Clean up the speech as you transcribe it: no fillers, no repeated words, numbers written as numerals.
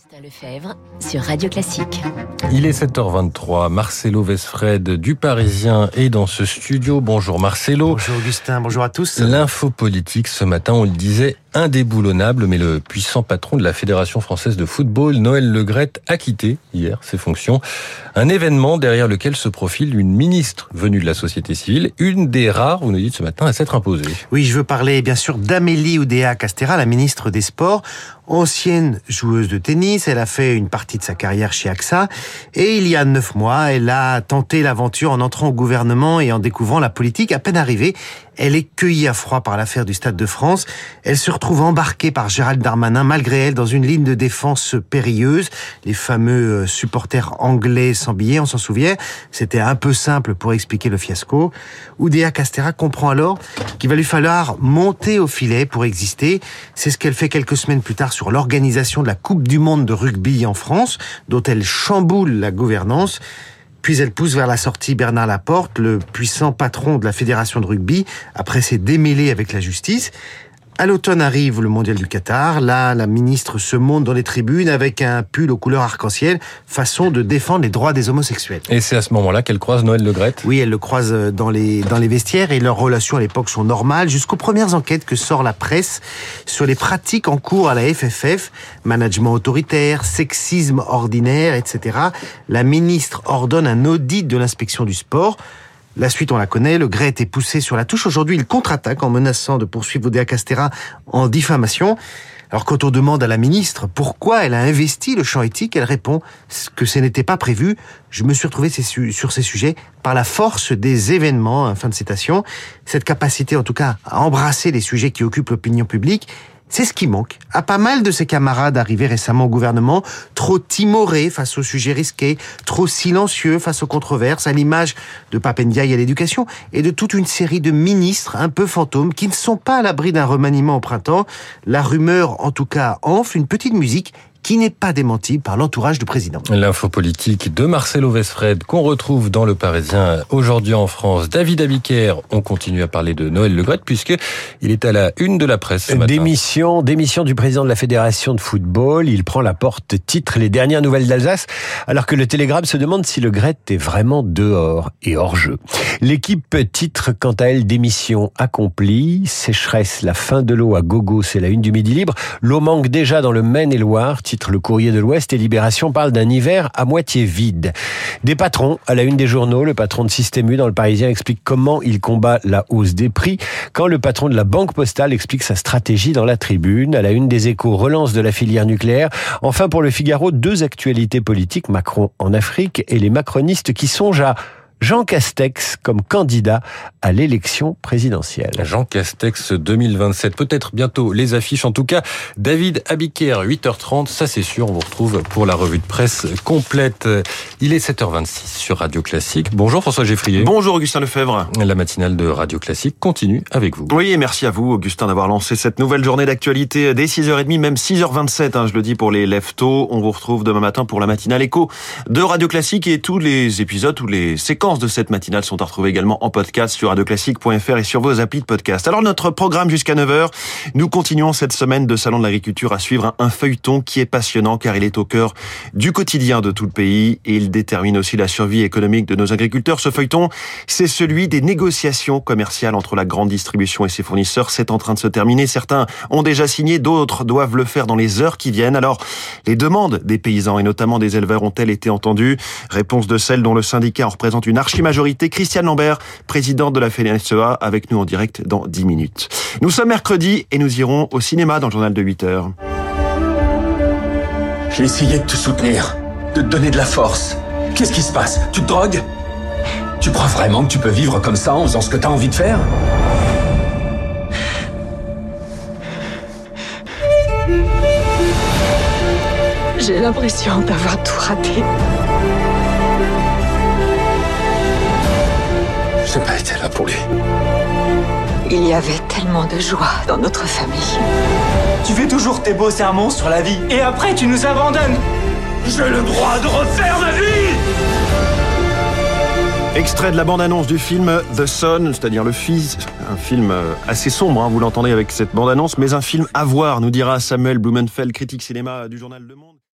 Augustin Lefebvre sur Radio Classique. Il est 7h23. Marcelo Vesfred du Parisien est dans ce studio. Bonjour Marcelo. Bonjour Augustin, bonjour à tous. L'info politique ce matin, on le disait, indéboulonnable, mais le puissant patron de la Fédération française de football, Noël Le Graët, a quitté hier ses fonctions. Un événement derrière lequel se profile une ministre venue de la société civile, une des rares, vous nous dites ce matin, à s'être imposée. Oui, je veux parler bien sûr d'Amélie Oudéa-Castéra, la ministre des Sports. Ancienne joueuse de tennis, elle a fait une partie de sa carrière chez AXA et il y a 9 mois, elle a tenté l'aventure en entrant au gouvernement et en découvrant la politique. À peine arrivée, elle est cueillie à froid par l'affaire du Stade de France. Elle se retrouve embarquée par Gérald Darmanin, malgré elle, dans une ligne de défense périlleuse. Les fameux supporters anglais sans billets, on s'en souvient. C'était un peu simple pour expliquer le fiasco. Oudéa-Castéra comprend alors qu'il va lui falloir monter au filet pour exister. C'est ce qu'elle fait quelques semaines plus tard sur l'organisation de la Coupe du Monde de rugby en France, dont elle chamboule la gouvernance. Puis elle pousse vers la sortie Bernard Laporte, le puissant patron de la Fédération de rugby, après s'est démêlé avec la justice. À l'automne arrive le mondial du Qatar. Là, la ministre se monte dans les tribunes avec un pull aux couleurs arc-en-ciel, façon de défendre les droits des homosexuels. Et c'est à ce moment-là qu'elle croise Noël Le Graët. Oui, elle le croise dans les vestiaires et leurs relations à l'époque sont normales jusqu'aux premières enquêtes que sort la presse sur les pratiques en cours à la FFF, management autoritaire, sexisme ordinaire, etc. La ministre ordonne un audit de l'inspection du sport. La suite, on la connaît, Le Graët est poussé sur la touche. Aujourd'hui, il contre-attaque en menaçant de poursuivre Oudéa-Castéra en diffamation. Alors, quand on demande à la ministre pourquoi elle a investi le champ éthique, elle répond que ce n'était pas prévu. Je me suis retrouvé sur ces sujets par la force des événements, fin de citation. Cette capacité, en tout cas, à embrasser les sujets qui occupent l'opinion publique, c'est ce qui manque à pas mal de ses camarades arrivés récemment au gouvernement, trop timorés face aux sujets risqués, trop silencieux face aux controverses, à l'image de Pape Ndiaye à l'éducation et de toute une série de ministres un peu fantômes qui ne sont pas à l'abri d'un remaniement au printemps. La rumeur, en tout cas, enfle une petite musique qui n'est pas démenti par l'entourage du président. L'info politique de Marcelo Vesfred qu'on retrouve dans Le Parisien aujourd'hui en France. David Abiker, on continue à parler de Noël Le Graët puisque il est à la une de la presse ce matin. Démission du président de la Fédération de football. Il prend la porte, titre les dernières nouvelles d'Alsace, alors que le Télégramme se demande si Le Graët est vraiment dehors et hors jeu. L'équipe titre quant à elle démission accomplie. Sécheresse, la fin de l'eau à gogo, c'est la une du Midi Libre. L'eau manque déjà dans le Maine-et-Loire, titre le Courrier de l'Ouest, et Libération parle d'un hiver à moitié vide. Des patrons à la une des journaux. Le patron de Système U dans Le Parisien explique comment il combat la hausse des prix, quand le patron de la Banque Postale explique sa stratégie dans La Tribune. À la une des Échos, relance de la filière nucléaire. Enfin, pour Le Figaro, 2 actualités politiques, Macron en Afrique et les macronistes qui songent à Jean Castex comme candidat à l'élection présidentielle. Jean Castex 2027, peut-être bientôt les affiches. En tout cas, David Abiker, 8h30, ça c'est sûr, on vous retrouve pour la revue de presse complète. Il est 7h26 sur Radio Classique. Bonjour François Geffrier. Bonjour Augustin Lefebvre. La matinale de Radio Classique continue avec vous. Oui, et merci à vous Augustin d'avoir lancé cette nouvelle journée d'actualité dès 6h30, même 6h27, je le dis pour les lève-tôt. On vous retrouve demain matin pour la matinale écho de Radio Classique et tous les épisodes, toutes les séquences de cette matinale sont à retrouver également en podcast sur radioclassique.fr et sur vos applis de podcast. Alors notre programme jusqu'à 9h, nous continuons cette semaine de Salon de l'Agriculture à suivre un feuilleton qui est passionnant car il est au cœur du quotidien de tout le pays et il détermine aussi la survie économique de nos agriculteurs. Ce feuilleton, c'est celui des négociations commerciales entre la grande distribution et ses fournisseurs. C'est en train de se terminer. Certains ont déjà signé, d'autres doivent le faire dans les heures qui viennent. Alors, les demandes des paysans et notamment des éleveurs ont-elles été entendues? Réponse de celle dont le syndicat en représente une archi-majorité, Christiane Lambert, présidente de la FNSEA, avec nous en direct dans 10 minutes. Nous sommes mercredi et nous irons au cinéma dans le journal de 8h. J'ai essayé de te soutenir, de te donner de la force. Qu'est-ce qui se passe? Tu te drogues? Tu crois vraiment que tu peux vivre comme ça en faisant ce que t'as envie de faire? J'ai l'impression d'avoir tout raté. J'ai pas été là pour lui. Il y avait tellement de joie dans notre famille. Tu fais toujours tes beaux sermons sur la vie et après tu nous abandonnes. J'ai le droit de refaire ma vie! Extrait de la bande-annonce du film The Son, c'est-à-dire Le Fils, un film assez sombre, vous l'entendez avec cette bande-annonce, mais un film à voir, nous dira Samuel Blumenfeld, critique cinéma du journal Le Monde.